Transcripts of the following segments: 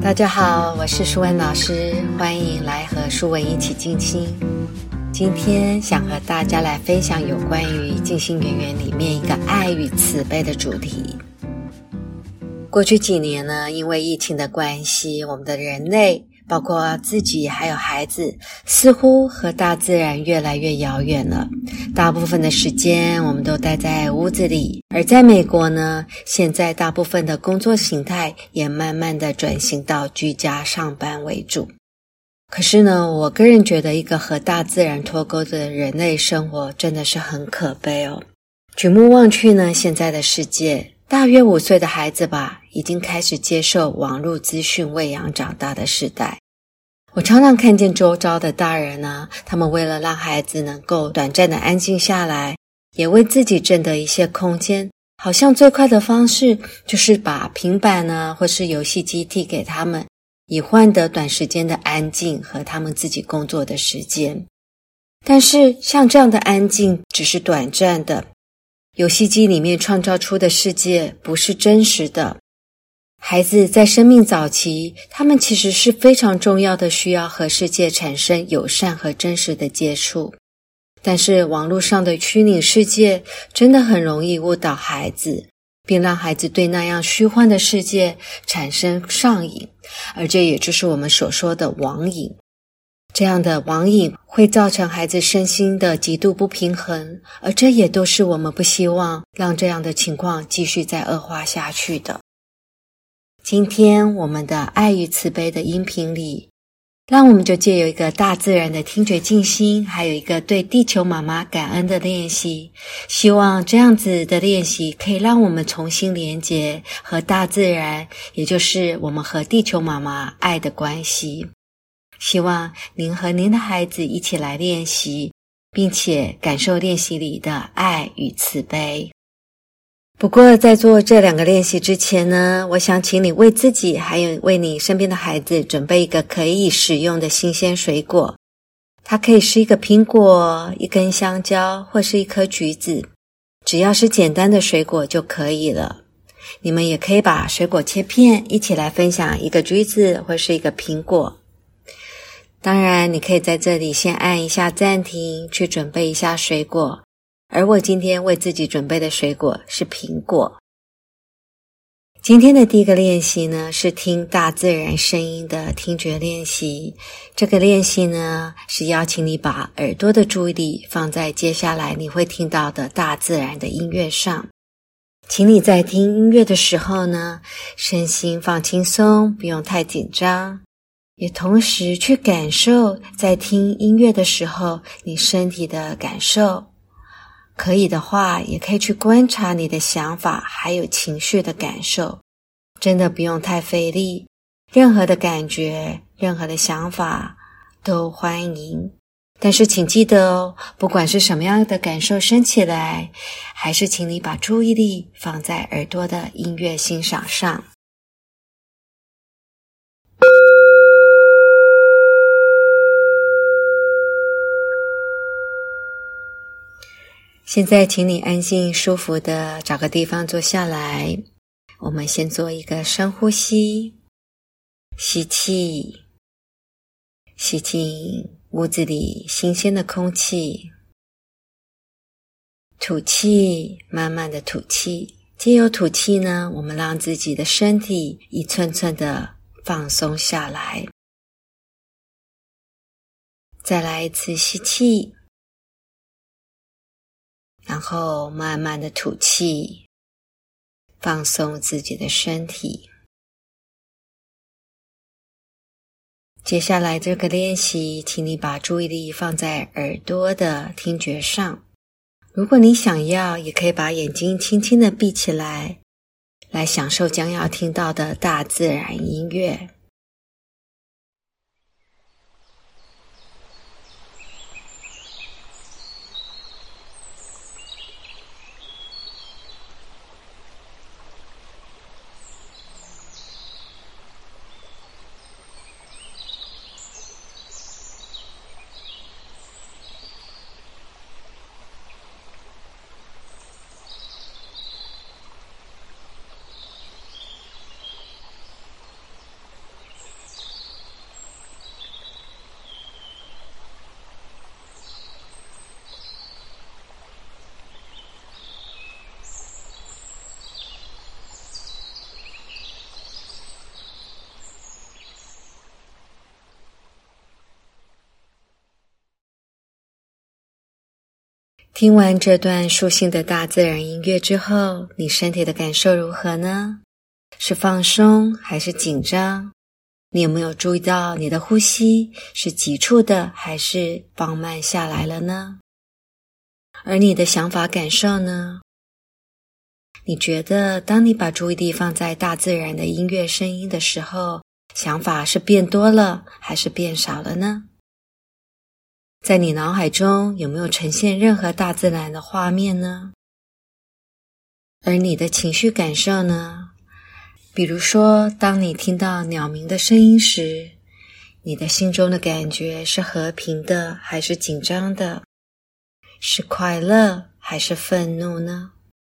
大家好，我是舒文老师，欢迎来和舒文一起静心。今天想和大家来分享有关于静心圆圆里面一个爱与慈悲的主题。过去几年呢，因为疫情的关系，我们的人类包括自己还有孩子似乎和大自然越来越遥远了，大部分的时间我们都待在屋子里，而在美国呢，现在大部分的工作形态也慢慢的转型到居家上班为主。可是呢，我个人觉得一个和大自然脱钩的人类生活真的是很可悲哦。举目望去呢，现在的世界大约5岁的孩子吧，已经开始接受网络资讯喂养长大的时代。我常常看见周遭的大人呢，他们为了让孩子能够短暂的安静下来，也为自己挣得一些空间，好像最快的方式就是把平板呢或是游戏机递给他们，以换得短时间的安静和他们自己工作的时间。但是像这样的安静只是短暂的，游戏机里面创造出的世界不是真实的。孩子在生命早期，他们其实是非常重要的，需要和世界产生友善和真实的接触。但是网络上的虚拟世界真的很容易误导孩子，并让孩子对那样虚幻的世界产生上瘾，而这也就是我们所说的网瘾。这样的网瘾会造成孩子身心的极度不平衡，而这也都是我们不希望让这样的情况继续再恶化下去的。今天我们的爱与慈悲的音频里，让我们就借由一个大自然的听觉静心，还有一个对地球妈妈感恩的练习，希望这样子的练习可以让我们重新连结和大自然，也就是我们和地球妈妈爱的关系。希望您和您的孩子一起来练习，并且感受练习里的爱与慈悲。不过在做这2个练习之前呢，我想请你为自己还有为你身边的孩子准备一个可以使用的新鲜水果。它可以是一个苹果、一根香蕉或是一颗橘子，只要是简单的水果就可以了。你们也可以把水果切片，一起来分享一个橘子或是一个苹果。当然你可以在这里先按一下暂停，去准备一下水果，而我今天为自己准备的水果是苹果。今天的第一个练习呢，是听大自然声音的听觉练习。这个练习呢，是邀请你把耳朵的注意力放在接下来你会听到的大自然的音乐上。请你在听音乐的时候呢，身心放轻松，不用太紧张，也同时去感受在听音乐的时候你身体的感受。可以的话，也可以去观察你的想法还有情绪的感受，真的不用太费力，任何的感觉，任何的想法都欢迎。但是请记得哦，不管是什么样的感受升起来，还是请你把注意力放在耳朵的音乐欣赏上。现在请你安静舒服的找个地方坐下来，我们先做一个深呼吸，吸气，吸进屋子里新鲜的空气，吐气，慢慢的吐气。藉由吐气呢，我们让自己的身体一寸寸的放松下来。再来一次吸气，然后慢慢的吐气，放松自己的身体。接下来这个练习，请你把注意力放在耳朵的听觉上。如果你想要，也可以把眼睛轻轻的闭起来，来享受将要听到的大自然音乐。 听完这段舒心的大自然音乐之后，你身体的感受如何呢？是放松还是紧张？你有没有注意到你的呼吸是急促的还是放慢下来了呢？而你的想法感受呢？你觉得当你把注意力放在大自然的音乐声音的时候，想法是变多了还是变少了呢？在你脑海中有没有呈现任何大自然的画面呢？而你的情绪感受呢？比如说，当你听到鸟鸣的声音时，你的心中的感觉是和平的还是紧张的？是快乐还是愤怒呢？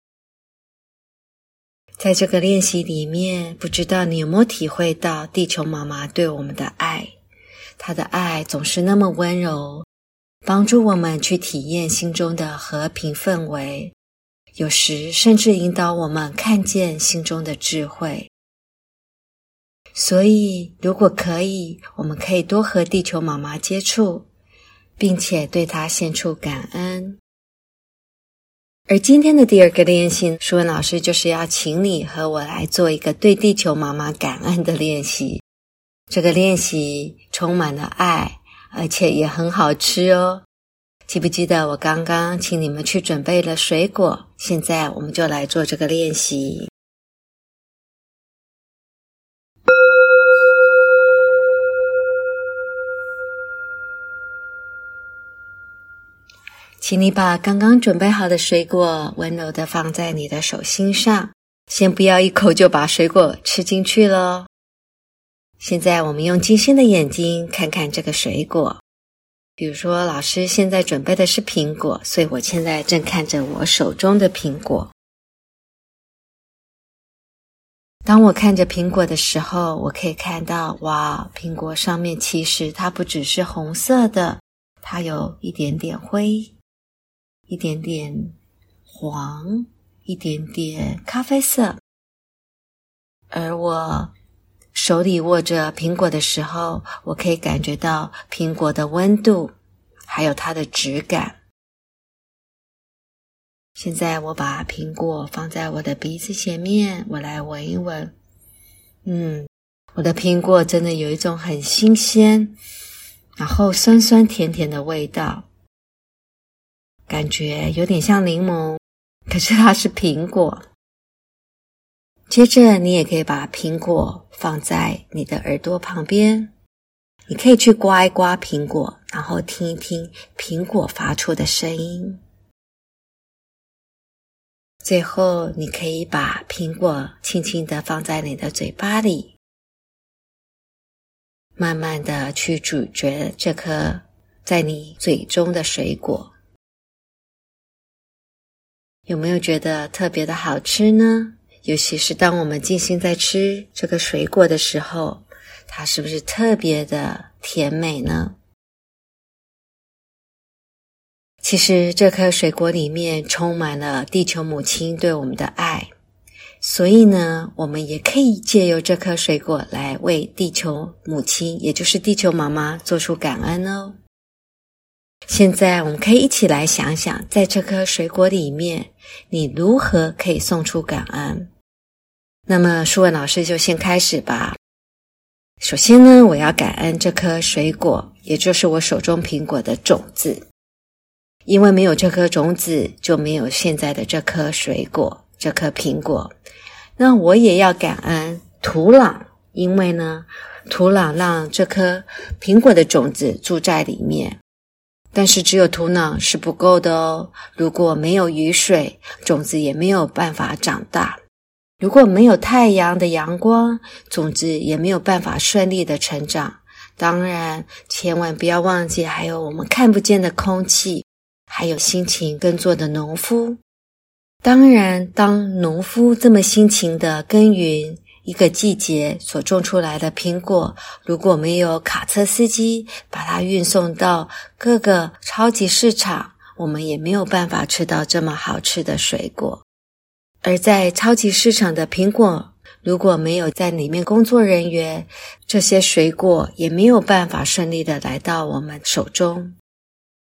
在这个练习里面，不知道你有没有体会到地球妈妈对我们的爱。她的爱总是那么温柔，帮助我们去体验心中的和平氛围，有时甚至引导我们看见心中的智慧。所以，如果可以，我们可以多和地球妈妈接触，并且对她献出感恩。而今天的第二个练习，舒文老师就是要请你和我来做一个对地球妈妈感恩的练习。这个练习充满了爱，而且也很好吃哦。记不记得我刚刚请你们去准备了水果？现在我们就来做这个练习。请你把刚刚准备好的水果温柔地放在你的手心上，先不要一口就把水果吃进去咯。现在我们用精心的眼睛看看这个水果。比如说，老师现在准备的是苹果，所以我现在正看着我手中的苹果。当我看着苹果的时候，我可以看到，哇，苹果上面其实它不只是红色的，它有一点点灰，一点点黄，一点点咖啡色。而我手里握着苹果的时候，我可以感觉到苹果的温度，还有它的质感。现在我把苹果放在我的鼻子前面，我来闻一闻。我的苹果真的有一种很新鲜，然后酸酸甜甜的味道，感觉有点像柠檬，可是它是苹果。接着你也可以把苹果放在你的耳朵旁边，你可以去刮一刮苹果，然后听一听苹果发出的声音。最后你可以把苹果轻轻地放在你的嘴巴里，慢慢地去咀嚼这颗在你嘴中的水果。有没有觉得特别的好吃呢？尤其是当我们静心在吃这个水果的时候，它是不是特别的甜美呢？其实这颗水果里面充满了地球母亲对我们的爱，所以呢，我们也可以借由这颗水果来为地球母亲，也就是地球妈妈做出感恩哦。现在我们可以一起来想想，在这颗水果里面，你如何可以送出感恩。那么舒文老师就先开始吧。首先呢，我要感恩这颗水果，也就是我手中苹果的种子。因为没有这颗种子，就没有现在的这颗水果，这颗苹果。那我也要感恩土壤，因为呢，土壤让这颗苹果的种子住在里面。但是只有土壤是不够的哦，如果没有雨水，种子也没有办法长大。如果没有太阳的阳光，种子也没有办法顺利的成长。当然，千万不要忘记还有我们看不见的空气，还有辛勤耕作的农夫。当然，当农夫这么辛勤的耕耘一个季节所种出来的苹果，如果没有卡车司机把它运送到各个超级市场，我们也没有办法吃到这么好吃的水果。而在超级市场的苹果，如果没有在里面工作人员，这些水果也没有办法顺利的来到我们手中。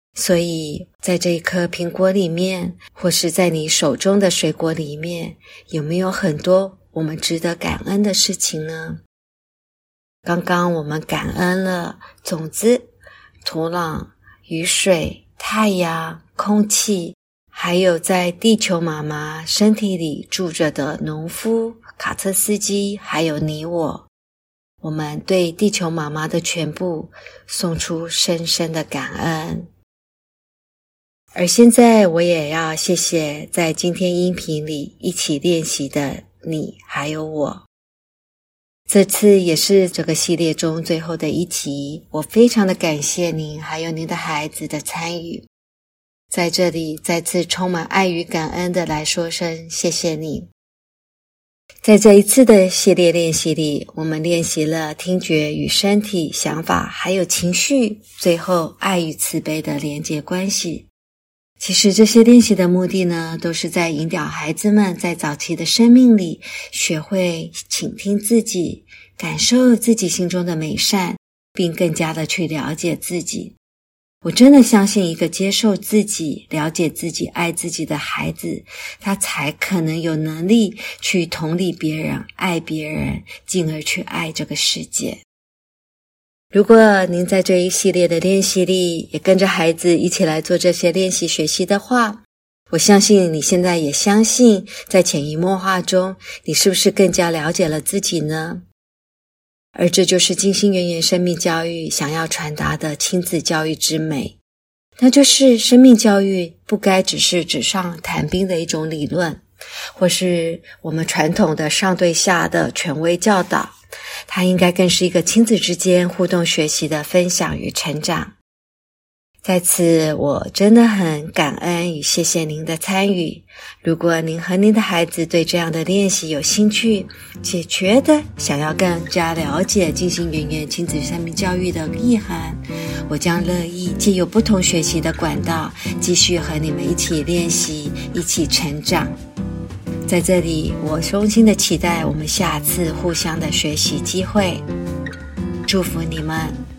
所以在这一颗苹果里面，或是在你手中的水果里面，有没有很多我们值得感恩的事情呢？刚刚我们感恩了种子、土壤、雨水、太阳、空气，还有在地球妈妈身体里住着的农夫、卡车司机，还有你我。我们对地球妈妈的全部送出深深的感恩。而现在我也要谢谢在今天音频里一起练习的你还有我。这次也是这个系列中最后的一集，我非常的感谢您还有您的孩子的参与。在这里再次充满爱与感恩的来说声谢谢你。在这一次的系列练习里，我们练习了听觉与身体、想法还有情绪，最后爱与慈悲的连结关系。其实这些练习的目的呢，都是在引导孩子们在早期的生命里学会倾听自己，感受自己心中的美善，并更加的去了解自己。我真的相信一个接受自己、了解自己、爱自己的孩子，他才可能有能力去同理别人、爱别人，进而去爱这个世界。如果您在这一系列的练习里也跟着孩子一起来做这些练习学习的话，我相信你现在也相信在潜移默化中，你是不是更加了解了自己呢？而这就是静心圆圆生命教育想要传达的亲子教育之美，那就是生命教育不该只是纸上谈兵的一种理论，或是我们传统的上对下的权威教导，它应该更是一个亲子之间互动学习的分享与成长。在此我真的很感恩与谢谢您的参与。如果您和您的孩子对这样的练习有兴趣，且觉得想要更加了解静心圆圆亲子生命教育的意涵，我将乐意藉由不同学习的管道，继续和你们一起练习，一起成长。在这里我衷心的期待我们下次互相的学习机会。祝福你们。